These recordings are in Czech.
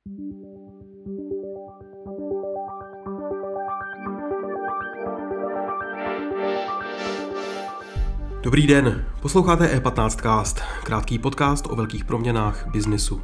Dobrý den, posloucháte E15cast, krátký podcast o velkých proměnách biznisu.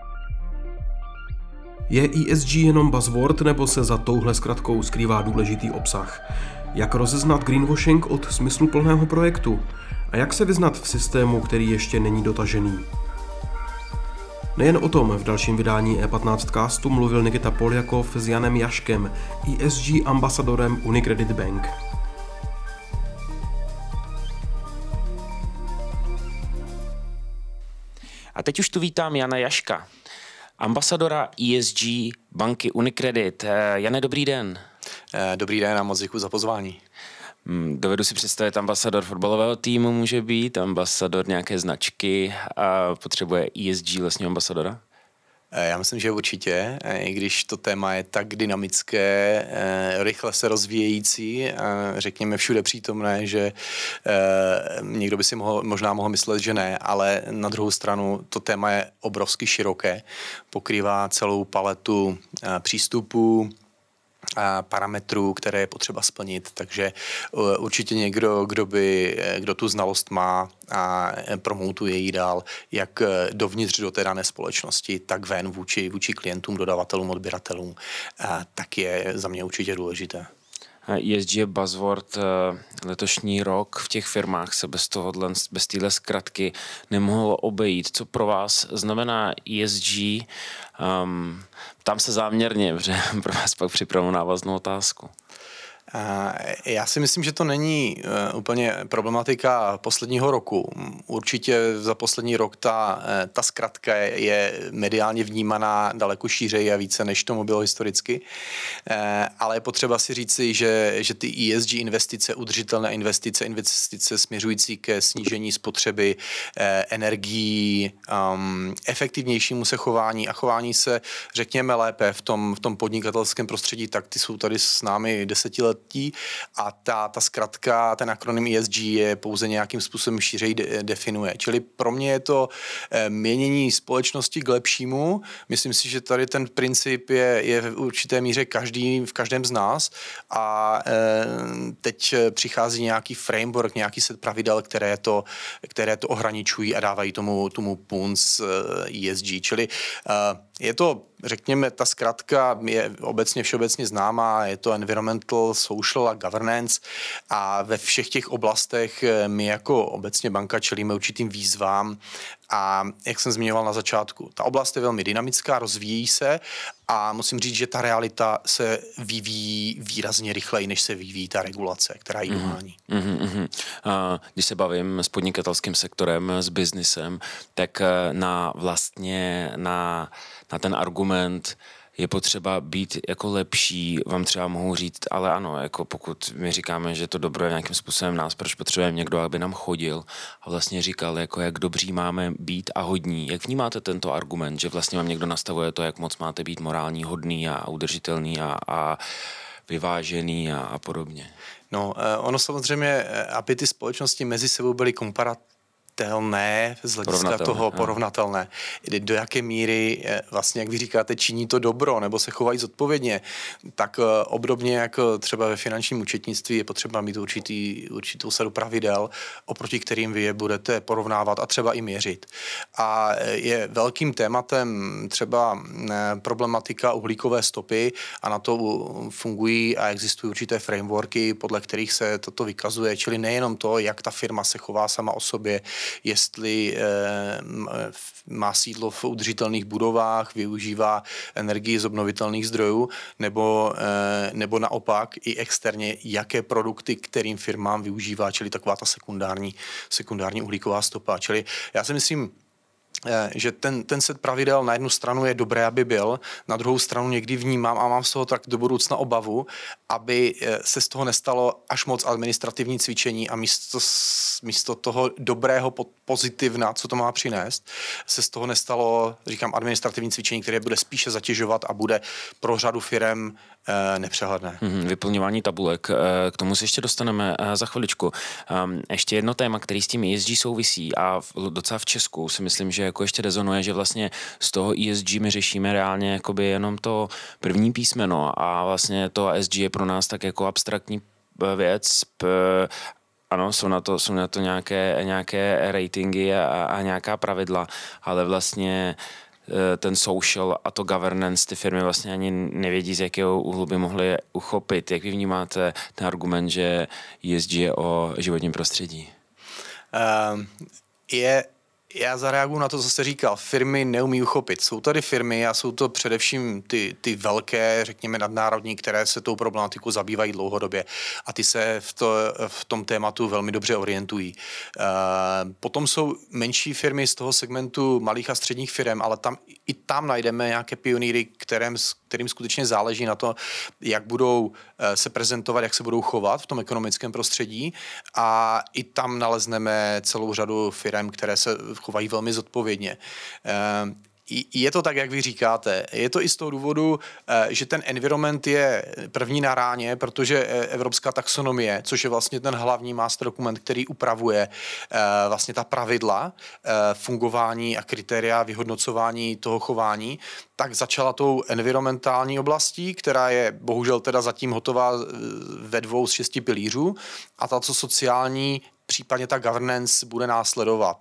Je ESG jenom buzzword, nebo se za touhle zkratkou skrývá důležitý obsah? Jak rozeznat greenwashing od smysluplného projektu? A jak se vyznat v systému, který ještě není dotažený? Nejen o tom v dalším vydání E15castu mluvil Nikita Poljakov s Janem Jaškem, ESG ambasadorem UniCredit Bank. A teď už tu vítám Jana Jaška, ambasadora ESG banky UniCredit. Jane, dobrý den. Dobrý den a moc děkuji za pozvání. Dovedu si představit, ambasador fotbalového týmu může být, ambasador nějaké značky a potřebuje ESG vlastně ambasadora? Já myslím, že určitě, i když to téma je tak dynamické, rychle se rozvíjející, řekněme všude přítomné, že někdo by si možná mohl myslet, že ne, ale na druhou stranu to téma je obrovsky široké, pokrývá celou paletu přístupů, parametrů, které je potřeba splnit, takže určitě někdo, kdo tu znalost má a promotuje ji dál, jak dovnitř do té dané společnosti, tak ven vůči klientům, dodavatelům, odběratelům, tak je za mě určitě důležité. ESG je buzzword. Letošní rok v těch firmách se bez téhle zkratky nemohlo obejít. Co pro vás znamená ESG? Tam se záměrně, protože pro vás pak připravu návaznou otázku. Já si myslím, že to není úplně problematika posledního roku. Určitě za poslední rok ta zkratka je mediálně vnímaná daleko šířeji a více, než tomu bylo historicky. Ale je potřeba si říci, že ty ESG investice, udržitelné investice směřující ke snížení spotřeby energií, efektivnějšímu se chování a chování se, řekněme, lépe v tom podnikatelském prostředí, tak ty jsou tady s námi desetiletí a ta zkratka, ten akronym ESG je pouze nějakým způsobem šířej definuje. Čili pro mě je to měnění společnosti k lepšímu. Myslím si, že tady ten princip je v určité míře v každém z nás a teď přichází nějaký framework, nějaký set pravidel, které to ohraničují a dávají tomu punc ESG. Čili je to, řekněme, ta zkratka je všeobecně známá, je to environmental, social a governance a ve všech těch oblastech my jako obecně banka čelíme určitým výzvám a jak jsem zmiňoval na začátku, ta oblast je velmi dynamická, rozvíjí se a musím říct, že ta realita se vyvíjí výrazně rychleji, než se vyvíjí ta regulace, která ji dohání. Když se bavím s podnikatelským sektorem, s biznisem, tak na ten argument je potřeba být jako lepší, vám třeba mohu říct, ale ano, jako pokud my říkáme, že to dobro je nějakým způsobem nás, proč potřebujeme někdo, aby nám chodil a vlastně říkal, jako jak dobří máme být a hodní. Jak vnímáte tento argument, že vlastně vám někdo nastavuje to, jak moc máte být morální, hodný a udržitelný a vyvážený a podobně? No, ono samozřejmě, aby ty společnosti mezi sebou byly z hlediska toho porovnatelné. Do jaké míry vlastně, jak vy říkáte, činí to dobro nebo se chovají zodpovědně, tak obdobně jako třeba ve finančním účetnictví je potřeba mít určitou sadu pravidel, oproti kterým vy je budete porovnávat a třeba i měřit. A je velkým tématem třeba problematika uhlíkové stopy a na to fungují a existují určité frameworky, podle kterých se toto vykazuje, čili nejenom to, jak ta firma se chová sama o sobě, jestli má sídlo v udržitelných budovách, využívá energii z obnovitelných zdrojů, nebo naopak i externě, jaké produkty kterým firmám využívá, čili taková ta sekundární uhlíková stopa. Čili já si myslím, že ten set pravidel na jednu stranu je dobré, aby byl, na druhou stranu někdy vnímám a mám z toho tak do budoucna obavu, aby se z toho nestalo až moc administrativní cvičení a místo toho dobrého pozitivna, co to má přinést, se z toho nestalo, říkám, administrativní cvičení, které bude spíše zatěžovat a bude pro řadu firem nepřehledné. Vyplňování tabulek, k tomu se ještě dostaneme za chviličku. Ještě jedno téma, který s tím ESG souvisí a docela v Česku si myslím, že jako ještě rezonuje, že vlastně z toho ESG my řešíme reálně jakoby jenom to první písmeno a vlastně to ESG je pro nás tak jako abstraktní věc. Ano, jsou na to nějaké ratingy a nějaká pravidla, ale vlastně ten social a to governance, ty firmy vlastně ani nevědí, z jakého úhlu by mohly uchopit. Jak vy vnímáte ten argument, že ESG je o životním prostředí? Já zareaguju na to, co jste říkal. Firmy neumí uchopit. Jsou tady firmy a jsou to především ty velké, řekněme nadnárodní, které se tou problematikou zabývají dlouhodobě a ty se v tom tématu velmi dobře orientují. Potom jsou menší firmy z toho segmentu malých a středních firm, ale i tam najdeme nějaké pionýry, kterým skutečně záleží na to, jak budou se prezentovat, jak se budou chovat v tom ekonomickém prostředí a i tam nalezneme celou řadu firm, které se chovají velmi zodpovědně. Je to tak, jak vy říkáte. Je to i z toho důvodu, že ten environment je první na ráně, protože evropská taxonomie, což je vlastně ten hlavní master dokument, který upravuje vlastně ta pravidla fungování a kritéria vyhodnocování toho chování, tak začala tou environmentální oblastí, která je bohužel teda zatím hotová ve 2 z 6 pilířů a tato sociální, případně ta governance bude následovat.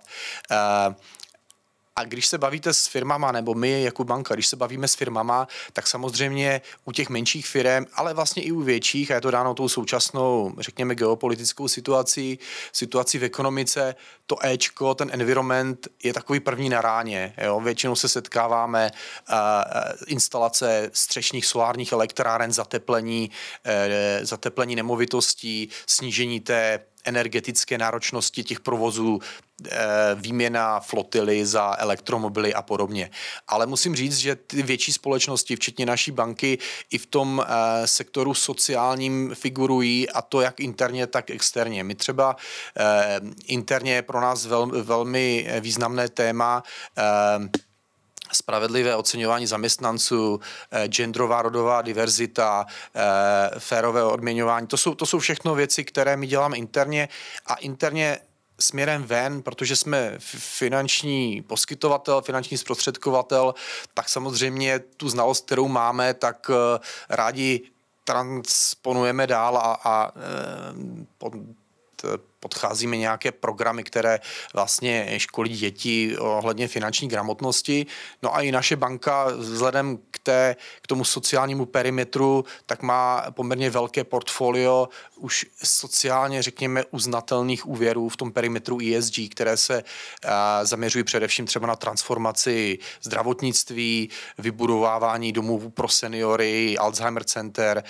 A když se bavíte s firmama, nebo my jako banka, když se bavíme s firmama, tak samozřejmě u těch menších firm, ale vlastně i u větších, a je to dáno tou současnou, řekněme, geopolitickou situací v ekonomice, to Ečko, ten environment je takový první na ráně. Jo? Většinou se setkáváme instalace střešních solárních elektráren, zateplení nemovitostí, snížení té energetické náročnosti těch provozů, výměna flotily za elektromobily a podobně. Ale musím říct, že ty větší společnosti, včetně naší banky, i v tom sektoru sociálním figurují, a to jak interně, tak externě. My třeba interně je pro nás velmi významné téma spravedlivé oceňování zaměstnanců, genderová rodová diverzita, férové odměňování. To jsou všechno věci, které my děláme interně a interně směrem ven, protože jsme finanční poskytovatel, finanční zprostředkovatel, tak samozřejmě tu znalost, kterou máme, tak rádi transponujeme dál a podcházíme nějaké programy, které vlastně školí děti ohledně finanční gramotnosti. No a i naše banka vzhledem k tomu sociálnímu perimetru tak má poměrně velké portfolio už sociálně, řekněme, uznatelných úvěrů v tom perimetru ESG, které se zaměřují především třeba na transformaci zdravotnictví, vybudovávání domů pro seniory, Alzheimer center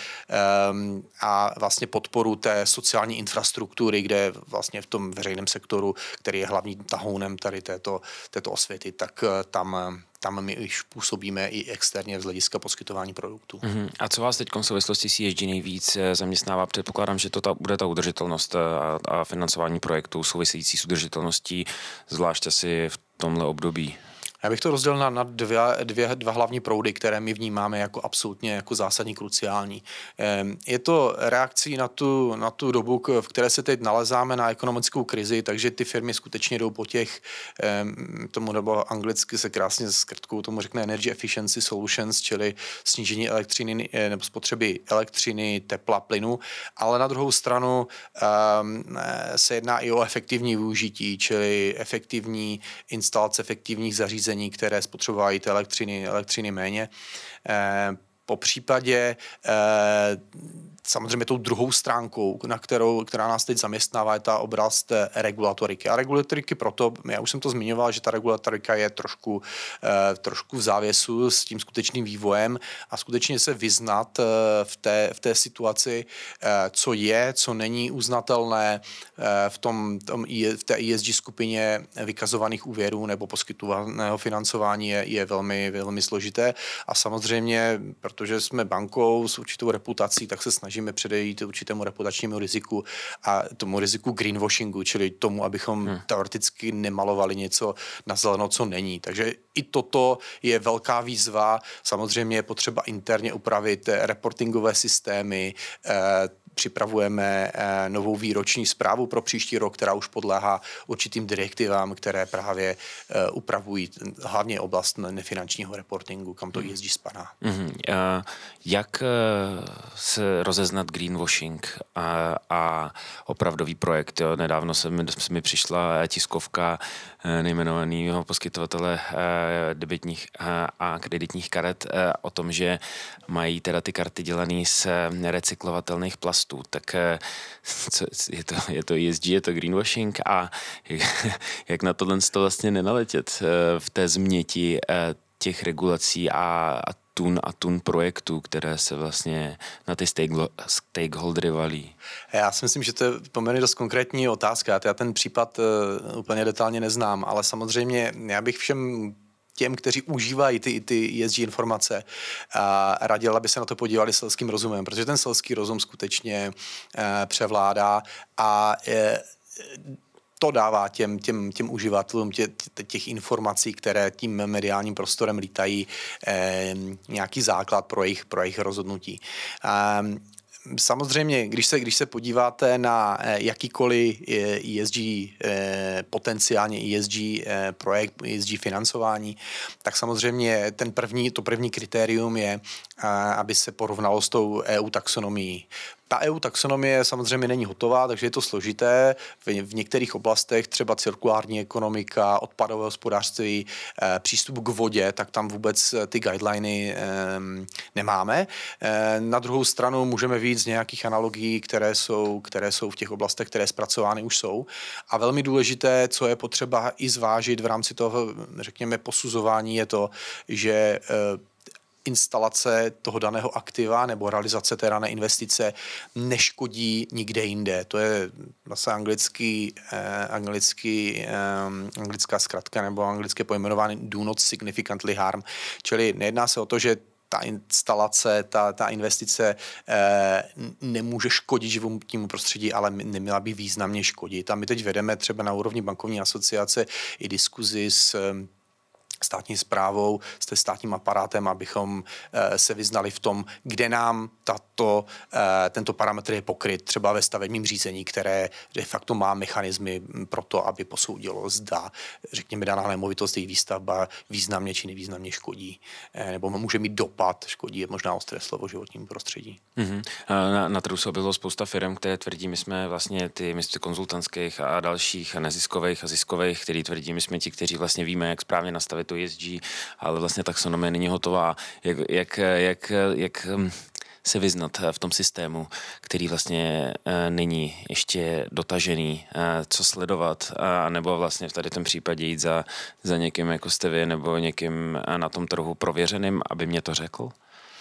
a vlastně podporu té sociální infrastruktury, kde vlastně v tom veřejném sektoru, který je hlavním tahounem tady této osvěty, tak tam my už působíme i externě z hlediska poskytování produktů. A co vás teď v souvislosti s ESG nejvíc zaměstnává? Předpokládám, že to bude ta udržitelnost a financování projektů související s udržitelností, zvlášť asi v tomhle období. Já bych to rozdělil na dva hlavní proudy, které my vnímáme jako absolutně jako zásadní, kruciální. Je to reakcí na tu dobu, v které se teď nalezáme na ekonomickou krizi, takže ty firmy skutečně jdou po těch, tomu nebo anglicky se krásně s krtkou tomu řekne energy efficiency solutions, čili snížení elektřiny nebo spotřeby elektřiny, tepla, plynu, ale na druhou stranu se jedná i o efektivní využití, čili efektivní instalace efektivních zařízení, které spotřebovají té elektřiny méně. Po případě samozřejmě tou druhou stránkou, která nás teď zaměstnává, je ta oblast regulatoriky. A regulatoriky proto, já už jsem to zmiňoval, že ta regulatorika je trošku v závěsu s tím skutečným vývojem a skutečně se vyznat v té situaci, co je, co není uznatelné v té ESG skupině vykazovaných úvěrů nebo poskytovaného financování je velmi, velmi složité. A samozřejmě, protože jsme bankou s určitou reputací, tak se snažíme předejít určitému reputačnímu riziku a tomu riziku greenwashingu, čili tomu, abychom teoreticky nemalovali něco na zeleno, co není. Takže i toto je velká výzva. Samozřejmě je potřeba interně upravit reportingové systémy, připravujeme novou výroční zprávu pro příští rok, která už podléhá určitým direktivám, které právě upravují hlavně oblast nefinančního reportingu, kam to ESG spadá. Jak se rozeznat greenwashing a opravdový projekt? Jo? Nedávno se mi přišla tiskovka nejmenovaného poskytovatele debitních a kreditních karet o tom, že mají teda ty karty dělané z recyklovatelných plastů. Tak je to ESG, je to greenwashing a jak na tohle vlastně nenaletět v té změti těch regulací a tun projektů, které se vlastně na ty stakeholdery valí? Já si myslím, že to je poměrně dost konkrétní otázka. Já ten případ úplně detailně neznám, ale samozřejmě já bych všem těm, kteří užívají ty ESG informace, radil, aby se na to podívali selským rozumem, protože ten selský rozum skutečně převládá a to dává těm uživatelům těch informací, které tím mediálním prostorem lítají, nějaký základ pro jejich rozhodnutí. Samozřejmě, když se podíváte na jakýkoliv ESG, potenciálně ESG projekt, ESG financování, tak samozřejmě to první kritérium je, aby se porovnalo s tou EU taxonomií. Ta EU taxonomie samozřejmě není hotová, takže je to složité. V některých oblastech, třeba cirkulární ekonomika, odpadové hospodářství, přístup k vodě, tak tam vůbec ty guideliny nemáme. Na druhou stranu můžeme vyjít z nějakých analogií, které jsou v těch oblastech, které zpracovány už jsou. A velmi důležité, co je potřeba i zvážit v rámci toho, řekněme, posuzování, je to, že instalace toho daného aktiva nebo realizace té dané investice neškodí nikde jinde. To je vlastně anglická zkratka nebo anglické pojmenování do not significantly harm. Čili nejedná se o to, že ta instalace, ta investice nemůže škodit životnímu prostředí, ale neměla by významně škodit. A my teď vedeme třeba na úrovni bankovní asociace i diskuzi s státní správou, s státním aparátem, abychom se vyznali v tom, kde nám tento parametr je pokryt, třeba ve stavebním řízení, které de facto má mechanismy pro to, aby posoudilo, zda, řekněme, daná nemovitost, její výstavba významně či nevýznamně škodí, nebo může mít dopad, škodí je možná ostré slovo, životnímu prostředí. Mm-hmm. Na trhu se objevilo spousta firm, které tvrdí, my jsme vlastně ty konzultantských a dalších a neziskových a ziskových, který tvrdí, my jsme ti, kteří vlastně víme, jak správně nastavit to ESG, ale vlastně taxonomie není hotová. Jak se vyznat v tom systému, který vlastně není ještě dotažený, co sledovat, nebo vlastně v tady tom případě jít za někým, jako jste vy, nebo někým na tom trhu prověřeným, aby mě to řekl?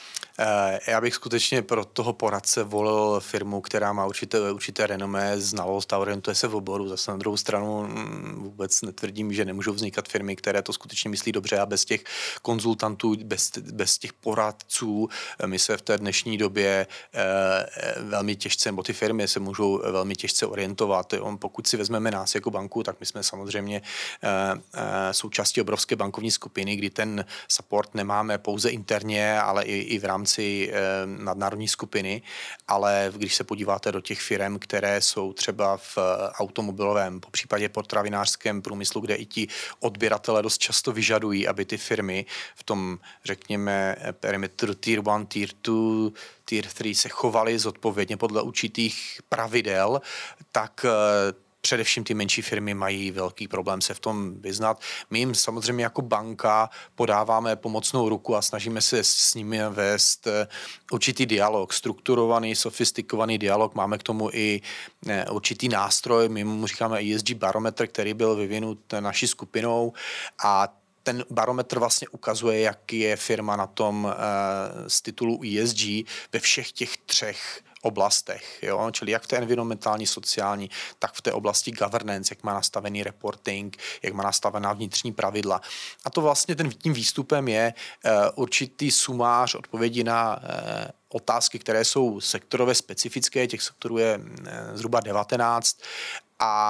Já bych skutečně pro toho poradce volil firmu, která má určité renomé, znalost a orientuje se v oboru. Zase na druhou stranu vůbec netvrdím, že nemůžou vznikat firmy, které to skutečně myslí dobře a bez těch konzultantů, bez těch poradců, my se v té dnešní době velmi těžce, nebo ty firmy se můžou velmi těžce orientovat. Pokud si vezmeme nás jako banku, tak my jsme samozřejmě součástí obrovské bankovní skupiny, kdy ten support nemáme pouze interně, ale i v rámci nadnárodní skupiny, ale když se podíváte do těch firm, které jsou třeba v automobilovém, po případě potravinářském průmyslu, kde i ti odběratele dost často vyžadují, aby ty firmy v tom, řekněme, perimetru Tier 1, Tier 2, Tier 3 se chovaly zodpovědně podle určitých pravidel, tak především ty menší firmy mají velký problém se v tom vyznat. My jim samozřejmě jako banka podáváme pomocnou ruku a snažíme se s nimi vést určitý dialog, strukturovaný, sofistikovaný dialog. Máme k tomu i určitý nástroj, my mu říkáme ESG barometr, který byl vyvinut naší skupinou a ten barometr vlastně ukazuje, jak je firma na tom z titulu ESG ve všech těch třech oblastech, jo? Čili jak v té environmentální, sociální, tak v té oblasti governance, jak má nastavený reporting, jak má nastavená vnitřní pravidla. A to vlastně tím výstupem je určitý sumář odpovědi na otázky, které jsou sektorově specifické, těch sektorů je zhruba 19 a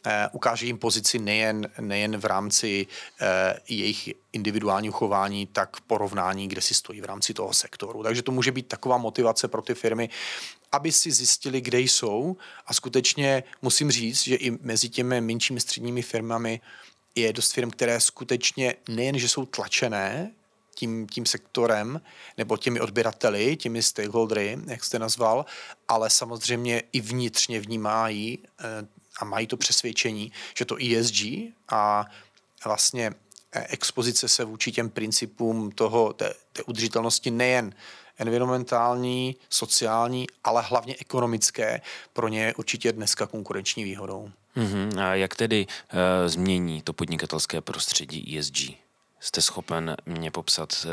ukáže jim pozici nejen v rámci jejich individuálního chování, tak porovnání, kde si stojí v rámci toho sektoru. Takže to může být taková motivace pro ty firmy, aby si zjistili, kde jsou, a skutečně musím říct, že i mezi těmi menšími středními firmami je dost firm, které skutečně nejen, že jsou tlačené tím sektorem nebo těmi odběrateli, těmi stakeholdery, jak jste nazval, ale samozřejmě i vnitřně vnímají a mají to přesvědčení, že to ESG a vlastně expozice se vůči těm principům té udržitelnosti nejen environmentální, sociální, ale hlavně ekonomické, pro ně je určitě dneska konkurenční výhodou. A jak tedy změní to podnikatelské prostředí ESG? Jste schopen mě popsat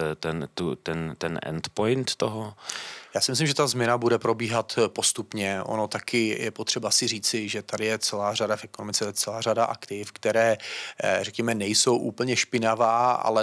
ten endpoint toho? Já si myslím, že ta změna bude probíhat postupně. Ono taky je potřeba si říci, že tady je celá řada v ekonomice, celá řada aktiv, které, řekněme, nejsou úplně špinavá, ale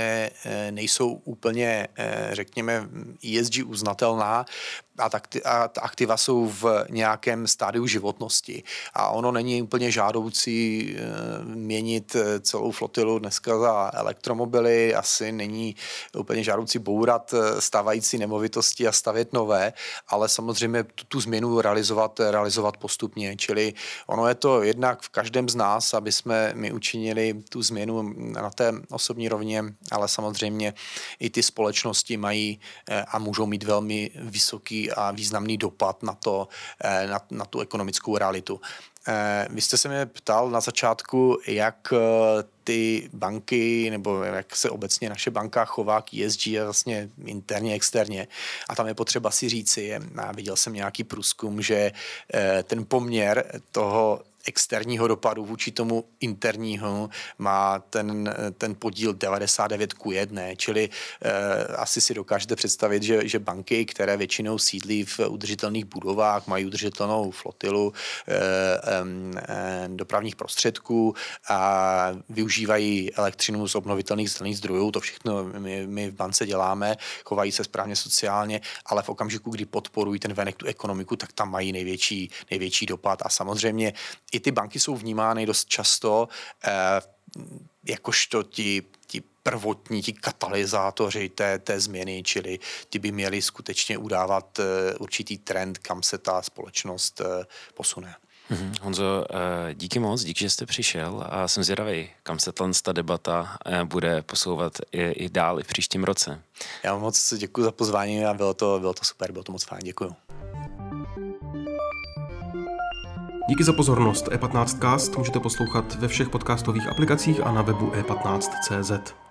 nejsou úplně, řekněme, ESG uznatelná. A ta aktiva jsou v nějakém stádiu životnosti. A ono není úplně žádoucí měnit celou flotilu dneska za elektromobily, asi není úplně žádoucí bourat stávající nemovitosti a stavět nové, ale samozřejmě tu změnu realizovat postupně. Čili ono je to jednak v každém z nás, aby jsme my učinili tu změnu na té osobní rovině, ale samozřejmě i ty společnosti mají a můžou mít velmi vysoký a významný dopad na tu ekonomickou realitu. Vy jste se mě ptal na začátku, jak ty banky, nebo jak se obecně naše banka chová k ESG vlastně interně, externě. A tam je potřeba si říci, a viděl jsem nějaký průzkum, že ten poměr toho externího dopadu vůči tomu interního má ten podíl 99:1, čili asi si dokážete představit, že banky, které většinou sídlí v udržitelných budovách, mají udržitelnou flotilu dopravních prostředků a využívají elektřinu z obnovitelných zelených zdrojů, to všechno my v bance děláme, chovají se správně sociálně, ale v okamžiku, kdy podporují ten venek, tu ekonomiku, tak tam mají největší dopad. A samozřejmě i ty banky jsou vnímány dost často jakožto ti prvotní, ti katalyzátoři té změny, čili ty by měli skutečně udávat určitý trend, kam se ta společnost posune. Honzo, díky moc, díky, že jste přišel a jsem zvědavý, kam se ta debata bude posouvat i dál i v příštím roce. Já vám moc děkuji za pozvání a bylo to super, bylo to moc fajn, děkuji. Díky za pozornost. E15cast můžete poslouchat ve všech podcastových aplikacích a na webu e15.cz.